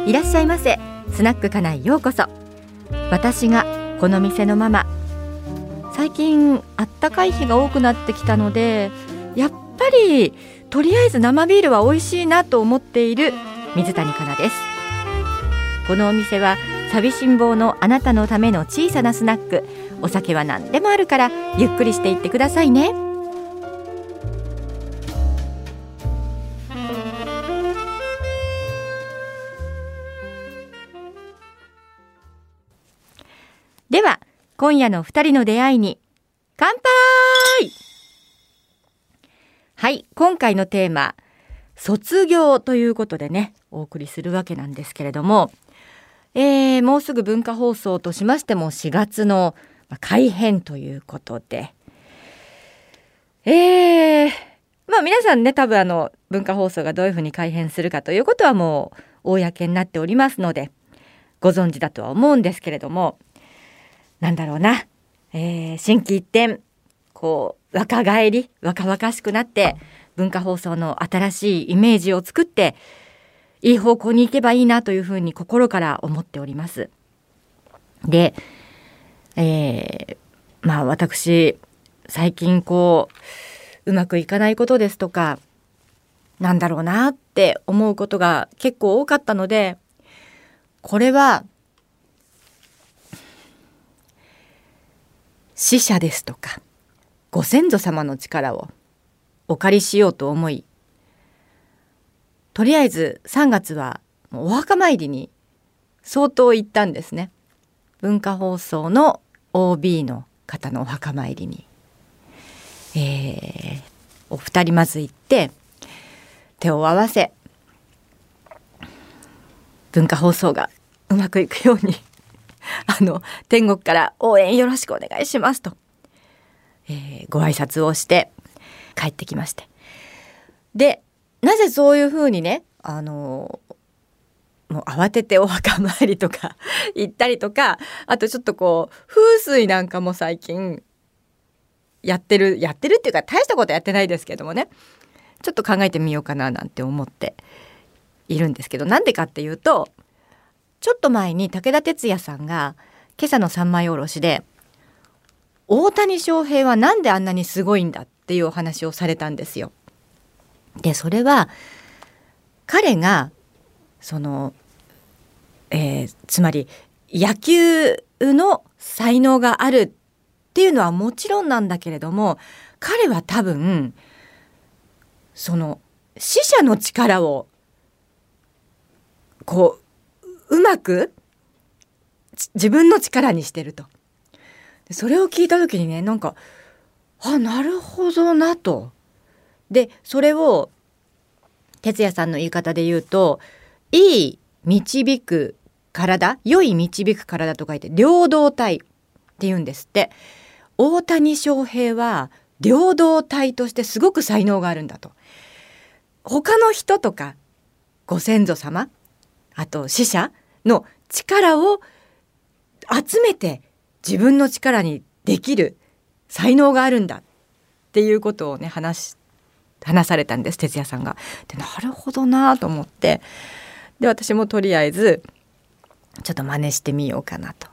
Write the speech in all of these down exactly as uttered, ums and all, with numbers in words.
いらっしゃいませ。スナックかなへようこそ。私がこの店のママ。最近あったかい日が多くなってきたので、やっぱりとりあえず生ビールは美味しいなと思っている水谷香奈です。このお店は寂しん坊のあなたのための小さなスナック。お酒は何でもあるからゆっくりしていってくださいね。では今夜のふたりの出会いに乾杯。はい、今回のテーマ卒業ということでねお送りするわけなんですけれども、えー、もうすぐ文化放送としましてもしがつの改編ということで、えー、まあ皆さんね多分あの文化放送がどういうふうに改編するかということはもう公になっておりますのでご存知だとは思うんですけれども、なんだろうな、えー、心機一転こう若返り若々しくなって文化放送の新しいイメージを作っていい方向に行けばいいなというふうに心から思っております。で、えー、まあ私最近こううまくいかないことですとかなんだろうなって思うことが結構多かったので、これは死者ですとかご先祖様の力をお借りしようと思い、とりあえずさんがつはお墓参りに相当行ったんですね。文化放送の オービー の方のお墓参りに、えー、お二人まず行って手を合わせ、文化放送がうまくいくようにあの天国から応援よろしくお願いしますと、えー、ご挨拶をして帰ってきまして、でなぜそういうふうにねあのもう慌ててお墓参りとか行ったりとか、あとちょっとこう風水なんかも最近やってるやってるっていうか大したことやってないですけどもね、ちょっと考えてみようかななんて思っているんですけど、なんでかっていうと、ちょっと前に武田鉄矢さんが今朝の三枚おろしで大谷翔平はなんであんなにすごいんだっていうお話をされたんですよ。でそれは彼がその、えー、つまり野球の才能があるっていうのはもちろんなんだけれども、彼は多分その死者の力をこううまく自分の力にしてると。それを聞いた時にね、なんかあなるほどなと。でそれを哲也さんの言い方で言うと、いい導く体、良い導く体と書いて領導体って言うんですって。大谷翔平は領導体としてすごく才能があるんだと。他の人とかご先祖様、あと死者の力を集めて自分の力にできる才能があるんだっていうことをね話し話されたんです、哲也さんが。でなるほどなと思って、で私もとりあえずちょっと真似してみようかなと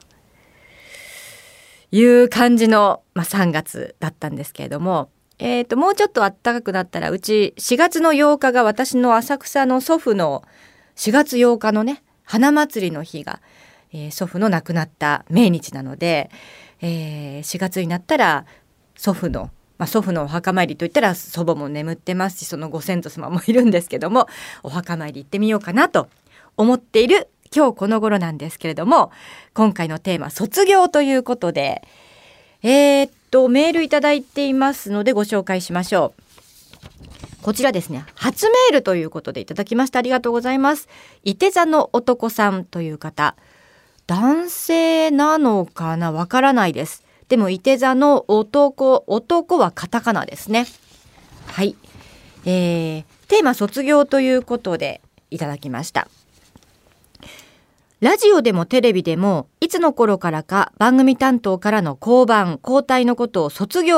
いう感じの、まあ、さんがつだったんですけれども、えーと、もうちょっと暖かくなったら、うちしがつのようかが私の浅草の祖父のしがつようかのね花祭りの日が、えー、祖父の亡くなった命日なので、えー、しがつになったら祖父の、まあ、祖父のお墓参りといったら祖母も眠ってますし、そのご先祖様もいるんですけども、お墓参り行ってみようかなと思っている今日この頃なんですけれども、今回のテーマ卒業ということで、えー、っとメールいただいていますのでご紹介しましょう。こちらですね、初メールということでいただきました。ありがとうございます。いて座の男さんという方、男性なのかな、わからないです。でもいて座の男、男はカタカナですね。はい、えー、テーマ卒業ということでいただきました。ラジオでもテレビでもいつの頃からか番組担当からの降板交代のことを卒業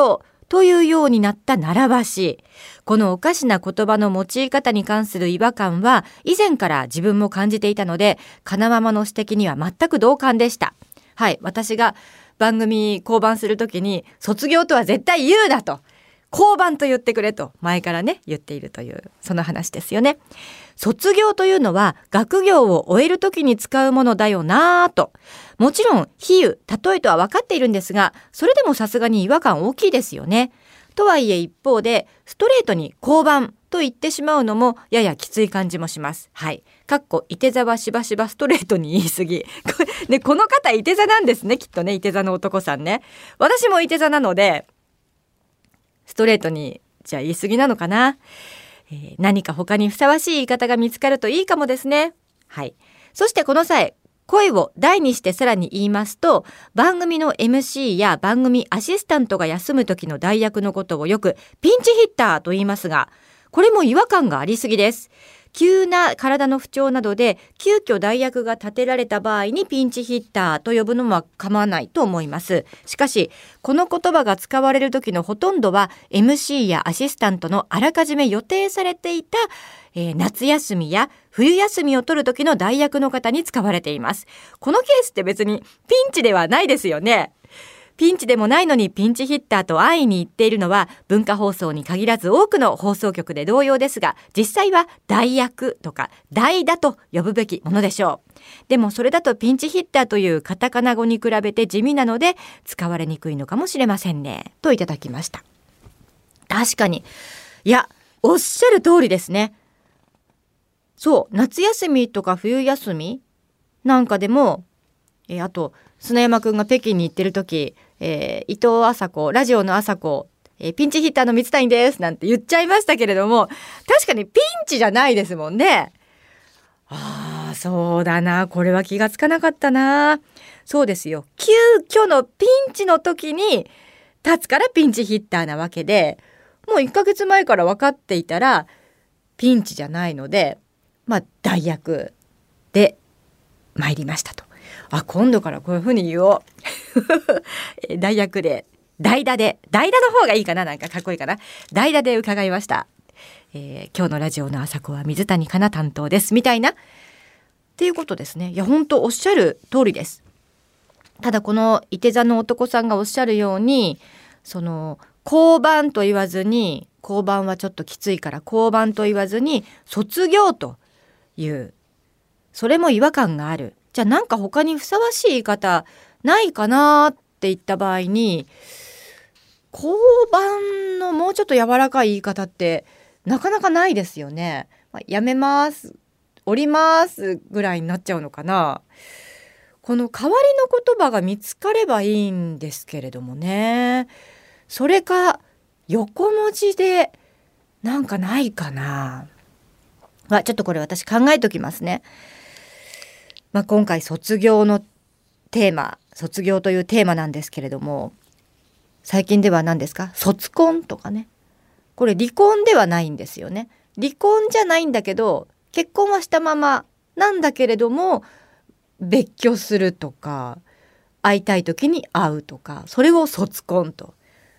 というようになった習わし。このおかしな言葉の用い方に関する違和感は以前から自分も感じていたので、金ママの指摘には全く同感でした。はい、私が番組降板するときに卒業とは絶対言うなと、降板と言ってくれと前からね言っているという、その話ですよね。卒業というのは学業を終えるときに使うものだよなぁと。もちろん比喩、例えとは分かっているんですが、それでもさすがに違和感大きいですよね。とはいえ一方でストレートに降板と言ってしまうのもややきつい感じもします。はい。かっこいて座はしばしばストレートに言い過ぎ。これね、この方いて座なんですね、きっとね。いて座の男さんね。私もいて座なのでストレートにじゃあ言い過ぎなのかな。えー、何か他にふさわしい言い方が見つかるといいかもですね。はい。そしてこの際、声を大にしてさらに言いますと、番組の エムシー や番組アシスタントが休む時の代役のことをよくピンチヒッターと言いますが、これも違和感がありすぎです。急な体の不調などで急遽代役が立てられた場合にピンチヒッターと呼ぶのは構わないと思います。しかしこの言葉が使われる時のほとんどは エムシー やアシスタントのあらかじめ予定されていた、えー、夏休みや冬休みを取る時の代役の方に使われています。このケースって別にピンチではないですよね。ピンチでもないのにピンチヒッターと安易に言っているのは文化放送に限らず多くの放送局で同様ですが、実際は代役とか代打と呼ぶべきものでしょう。でもそれだとピンチヒッターというカタカナ語に比べて地味なので使われにくいのかもしれませんね、といただきました。確かに、いやおっしゃる通りですね。そう、夏休みとか冬休みなんかでも、えー、あと砂山くんが北京に行ってる時、えー、伊藤麻子、ラジオの麻子、えー、ピンチヒッターの水谷ですなんて言っちゃいましたけれども、確かにピンチじゃないですもんね。ああ、そうだな、これは気がつかなかったな。そうですよ、急遽のピンチの時に立つからピンチヒッターなわけで、もういっかげつまえから分かっていたらピンチじゃないので、まあ代役で参りましたと。あ、今度からこういうふうに言おう代役で、代打で、代打の方がいいかな、なんかかっこいいかな。代打で伺いました、えー、今日のラジオの朝子は水谷香奈担当ですみたいなっていうことですね。いや本当おっしゃる通りです。ただこのいて座の男さんがおっしゃるように、その降板と言わずに、降板はちょっときついから降板と言わずに卒業という、それも違和感がある。じゃあなんか他にふさわしい言い方ないかなって言った場合に、降板のもうちょっと柔らかい言い方ってなかなかないですよね。まあ、やめます、降りますぐらいになっちゃうのかな。この代わりの言葉が見つかればいいんですけれどもね。それか横文字でなんかないかな。まあ、ちょっとこれ私考えときますね。まあ、今回卒業のテーマ、卒業というテーマなんですけれども、最近では何ですか、卒婚とかね、これ離婚ではないんですよね。離婚じゃないんだけど結婚はしたままなんだけれども別居するとか、会いたい時に会うとか、それを卒婚と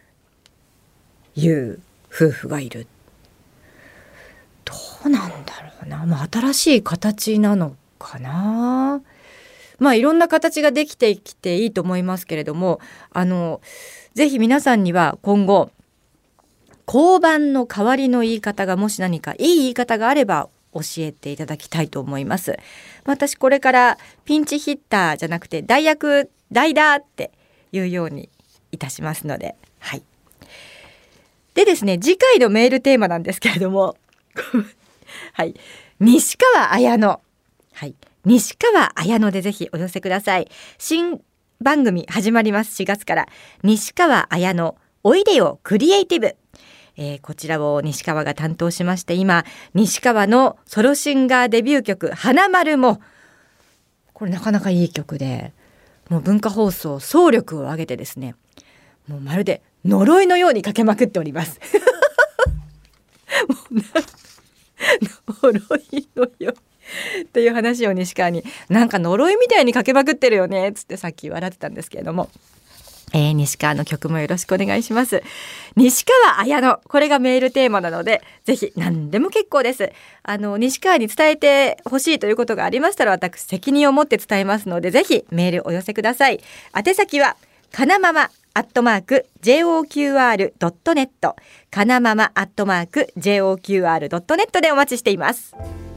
いう夫婦がいる。どうなんだろうな、まあ、新しい形なのかな。まあいろんな形ができてきていいと思いますけれども、あのぜひ皆さんには今後降板の代わりの言い方がもし何かいい言い方があれば教えていただきたいと思います。私これからピンチヒッターじゃなくて代役、代打っていうようにいたしますので、はい。でですね、次回のメールテーマなんですけれどもはい、西川綾乃、はい、西川綾乃でぜひお寄せください。新番組始まります。しがつから西川綾乃おいでよクリエイティブ、えー、こちらを西川が担当しまして、今西川のソロシンガーデビュー曲花丸もこれなかなかいい曲で、もう文化放送総力を挙げてですね、もうまるで呪いのようにかけまくっておりますもうな呪いのよっていう話を西川に、なんか呪いみたいにかけまくってるよねつってさっき笑ってたんですけれども、 えー、西川の曲もよろしくお願いします。西川綾乃、これがメールテーマなので、ぜひ何でも結構です。あの西川に伝えてほしいということがありましたら、私責任を持って伝えますので、ぜひメールお寄せください。宛先はかなママアットマーク ジェイオーキューアールドットネット かなママアットマーク ジェイオーキューアールドットネット でお待ちしています。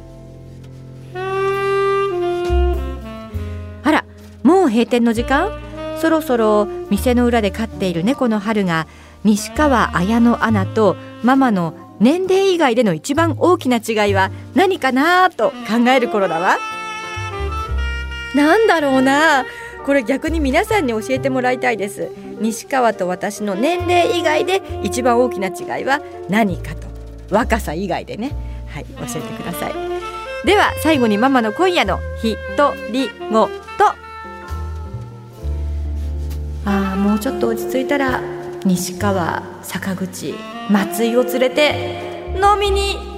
あら、もう閉店の時間？そろそろ店の裏で飼っている猫の春が西川綾乃アナとママの年齢以外での一番大きな違いは何かなと考える頃だわ。なんだろうな、これ逆に皆さんに教えてもらいたいです。西川と私の年齢以外で一番大きな違いは何かと、若さ以外でね、はい、教えてください。では最後にママの今夜のひとりごと。あー、もうちょっと落ち着いたら西川、坂口、松井を連れて飲みに